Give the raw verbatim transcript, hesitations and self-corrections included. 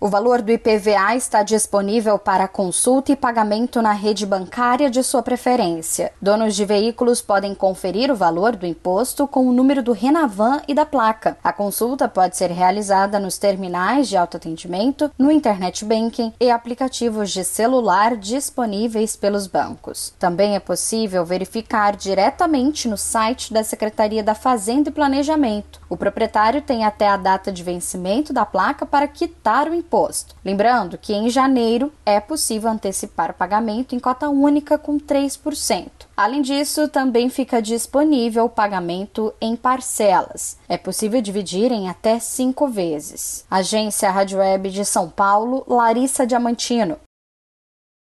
O valor do I P V A está disponível para consulta e pagamento na rede bancária de sua preferência. Donos de veículos podem conferir o valor do imposto com o número do Renavan e da placa. A consulta pode ser realizada nos terminais de autoatendimento, no Internet Banking e aplicativos de celular disponíveis pelos bancos. Também é possível verificar diretamente no site da Secretaria da Fazenda e Planejamento. O proprietário tem até a data de vencimento da placa para quitar o imposto. Imposto. Lembrando que em janeiro é possível antecipar o pagamento em cota única com três por cento. Além disso, também fica disponível o pagamento em parcelas. É possível dividir em até cinco vezes. Agência Rádio Web de São Paulo, Larissa Diamantino.